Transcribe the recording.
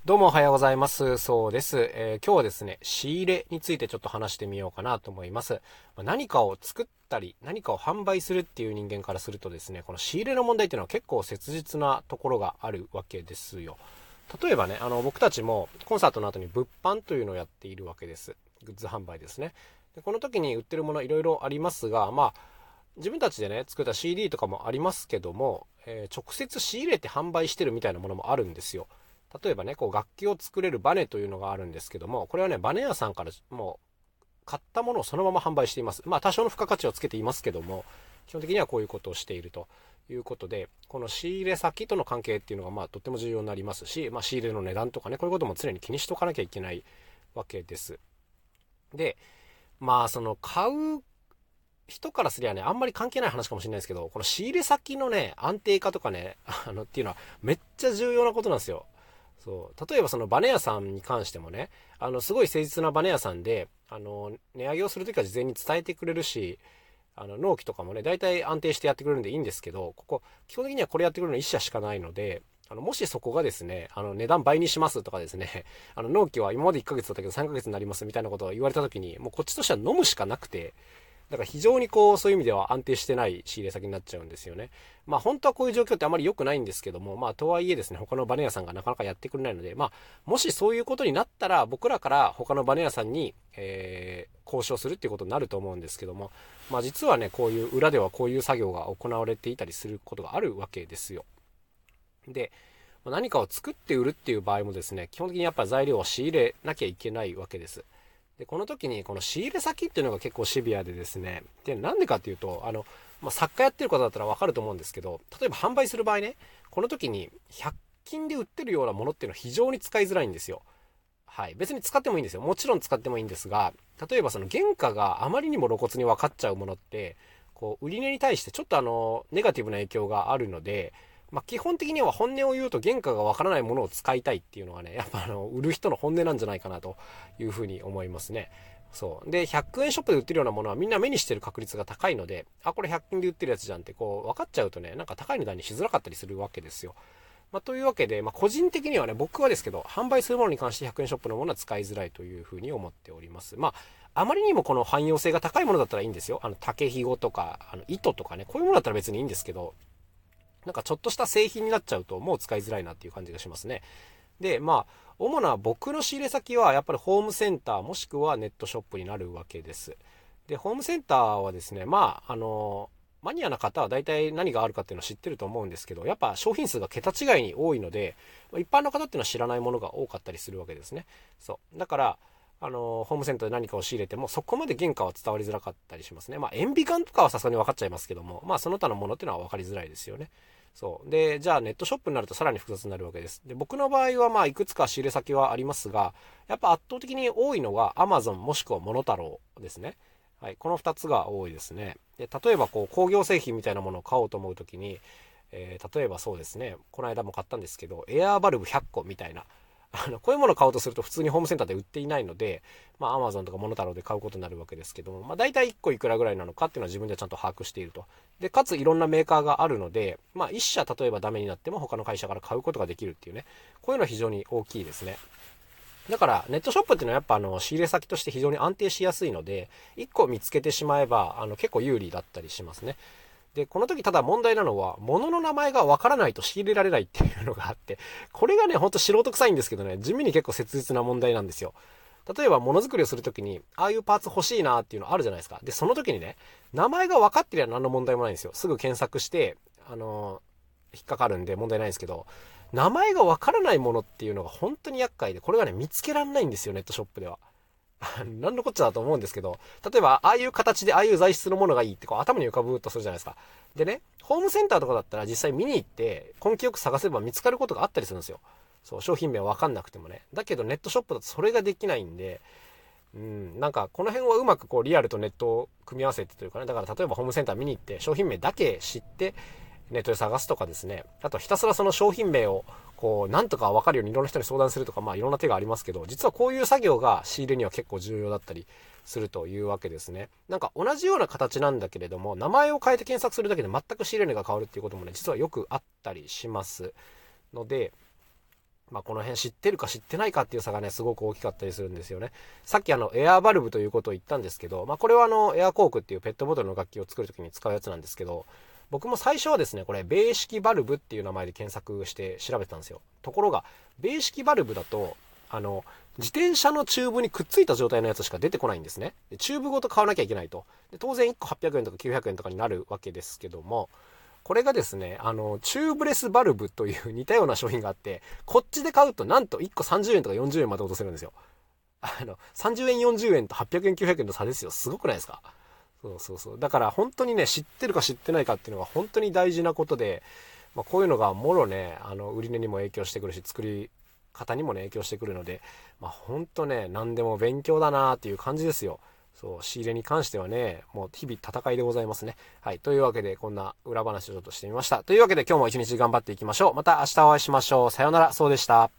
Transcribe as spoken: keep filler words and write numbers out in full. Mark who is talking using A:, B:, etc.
A: どうもおはようございます。そうです。えー今日はですね、仕入れについてちょっと話してみようかなと思います。まあ何かを作ったり、何かを販売するっていう人間からするとですね、この仕入れの問題っていうのは結構切実なところがあるわけですよ。例えばね、あの僕たちもコンサートの後に物販というのをやっているわけです。グッズ販売ですね。でこの時に売ってるものいろいろありますが、まあ自分たちでね作った シーディー とかもありますけども、えー直接仕入れて販売してるみたいなものもあるんですよ。例えばね、こう楽器を作れるバネというのがあるんですけども、これはね、バネ屋さんからもう買ったものをそのまま販売しています。まあ多少の付加価値をつけていますけども、基本的にはこういうことをしているということで、この仕入れ先との関係っていうのがまあとっても重要になりますし、まあ仕入れの値段とかね、こういうことも常に気にしとかなきゃいけないわけです。で、まあその買う人からすりゃね、あんまり関係ない話かもしれないですけど、この仕入れ先のね、安定化とかね、あのっていうのはめっちゃ重要なことなんですよ。そう。例えばそのバネ屋さんに関してもね、あの、すごい誠実なバネ屋さんで、あの、値上げをするときは事前に伝えてくれるし、あの、納期とかもね、大体安定してやってくれるんでいいんですけど、ここ、基本的にはこれやってくれるのいっ社しかないので、あの、もしそこがですね、あの、値段倍にしますとかですね、あの、納期は今までいっかげつだったけどさんかげつになりますみたいなことを言われたときに、もうこっちとしては飲むしかなくて、だから非常にこう、そういう意味では安定してない仕入れ先になっちゃうんですよね。まあ本当はこういう状況ってあまり良くないんですけども、まあとはいえですね、他のバネ屋さんがなかなかやってくれないので、まあもしそういうことになったら僕らから他のバネ屋さんに、えー、交渉するっていうことになると思うんですけども、まあ実はね、こういう裏ではこういう作業が行われていたりすることがあるわけですよ。で、何かを作って売るっていう場合もですね、基本的にやっぱり材料を仕入れなきゃいけないわけです。で、この時にこの仕入れ先っていうのが結構シビアでですね、で、なんでかっていうと、あの、まあ、作家やってる方だったらわかると思うんですけど、例えば販売する場合ね、この時にひゃく均で売ってるようなものっていうのは非常に使いづらいんですよ。はい。別に使ってもいいんですよ。もちろん使ってもいいんですが、例えばその原価があまりにも露骨に分かっちゃうものって、こう、売り値に対してちょっとあの、ネガティブな影響があるので、まあ、基本的には本音を言うと原価がわからないものを使いたいっていうのがね、やっぱあの、売る人の本音なんじゃないかなというふうに思いますね。そう。で、ひゃくえんショップで売ってるようなものはみんな目にしてる確率が高いので、あ、これひゃく均で売ってるやつじゃんってこう、分かっちゃうとね、なんか高い値段にしづらかったりするわけですよ。まあ、というわけで、まあ、個人的にはね、僕はですけど、販売するものに関してひゃくえんショップのものは使いづらいというふうに思っております。まあ、あまりにもこの汎用性が高いものだったらいいんですよ。あの、竹ひごとか、あの、糸とかね、こういうものだったら別にいいんですけど、なんかちょっとした製品になっちゃうともう使いづらいなっていう感じがしますね。で、まあ、主な僕の仕入れ先はやっぱりホームセンターもしくはネットショップになるわけです。で、ホームセンターはですね、まあ、あの、マニアな方は大体何があるかっていうのを知ってると思うんですけど、やっぱ商品数が桁違いに多いので、一般の方っていうのは知らないものが多かったりするわけですね。そう。だから、あの、ホームセンターで何かを仕入れても、そこまで原価は伝わりづらかったりしますね。まあ、塩ビ管とかはさすがに分かっちゃいますけども、まあ、その他のものっていうのは分かりづらいですよね。そう。で、じゃあネットショップになるとさらに複雑になるわけです。で、僕の場合はまあいくつか仕入れ先はありますが、やっぱ圧倒的に多いのが Amazon もしくはモノタロウですね。はい。このふたつが多いですね。で、例えばこう工業製品みたいなものを買おうと思うときに、えー例えばそうですね、この間も買ったんですけど、エアーバルブひゃっこみたいな、あの、こういうものを買おうとすると普通にホームセンターで売っていないので、まあ Amazon とかモノタロウで買うことになるわけですけども、まあ大体いっこいくらぐらいなのかっていうのは自分ではちゃんと把握していると。で、かついろんなメーカーがあるので、まあいっ社例えばダメになっても他の会社から買うことができるっていうね、こういうのは非常に大きいですね。だからネットショップっていうのはやっぱあの仕入れ先として非常に安定しやすいので、いっこ見つけてしまえばあの結構有利だったりしますね。で、この時ただ問題なのは、物の名前がわからないと仕入れられないっていうのがあって、これがね、ほんと素人臭いんですけどね、地味に結構切実な問題なんですよ。例えば、ものづくりをするときに、ああいうパーツ欲しいなっていうのあるじゃないですか。で、その時にね、名前が分かってりゃ何の問題もないんですよ。すぐ検索して、あのー引っかかるんで問題ないんですけど、名前が分からないものっていうのが本当に厄介で、これがね、見つけられないんですよ、ネットショップでは。何のこっちゃだと思うんですけど、例えば、ああいう形でああいう材質のものがいいってこう頭に浮かぶとするじゃないですか。でね、ホームセンターとかだったら実際見に行って、根気よく探せば見つかることがあったりするんですよ。そう、商品名わかんなくてもね。だけどネットショップだとそれができないんで、うん、なんかこの辺はうまくこうリアルとネットを組み合わせてというかね、だから例えばホームセンター見に行って商品名だけ知って、ネットで探すとかですね。あとひたすらその商品名をこうなんとか分かるようにいろんな人に相談するとか、まあいろんな手がありますけど、実はこういう作業が仕入れには結構重要だったりするというわけですね。なんか同じような形なんだけれども、名前を変えて検索するだけで全く仕入れ値が変わるっていうこともね、実はよくあったりしますので、 まあ、この辺知ってるか知ってないかっていう差がね、すごく大きかったりするんですよね。さっきあの、エアーバルブということを言ったんですけど、まあ、これはあの、エアーコークっていうペットボトルの楽器を作るときに使うやつなんですけど、僕も最初はですね、これ、ベー式バルブっていう名前で検索して調べてたんですよ。ところが、ベー式バルブだと、あの、自転車のチューブにくっついた状態のやつしか出てこないんですね。でチューブごと買わなきゃいけないと。で当然いっこはっぴゃくえんとかきゅうひゃくえんとかになるわけですけども、これがですね、あの、チューブレスバルブという似たような商品があって、こっちで買うとなんといっこさんじゅうえんとかよんじゅうえんまで落とせるんですよ。あの、さんじゅうえんよんじゅうえんとはっぴゃくえんきゅうひゃくえんの差ですよ。すごくないですか？そうそうそう。だから本当にね、知ってるか知ってないかっていうのが本当に大事なことで、まあ、こういうのがもろね、あの、売り値にも影響してくるし、作り方にもね、影響してくるので、まあ、本当ね、何でも勉強だなっていう感じですよ。そう、仕入れに関してはね、もう日々戦いでございますね。はい。というわけで、こんな裏話をちょっとしてみました。というわけで、今日も一日頑張っていきましょう。また明日お会いしましょう。さようなら。そうでした。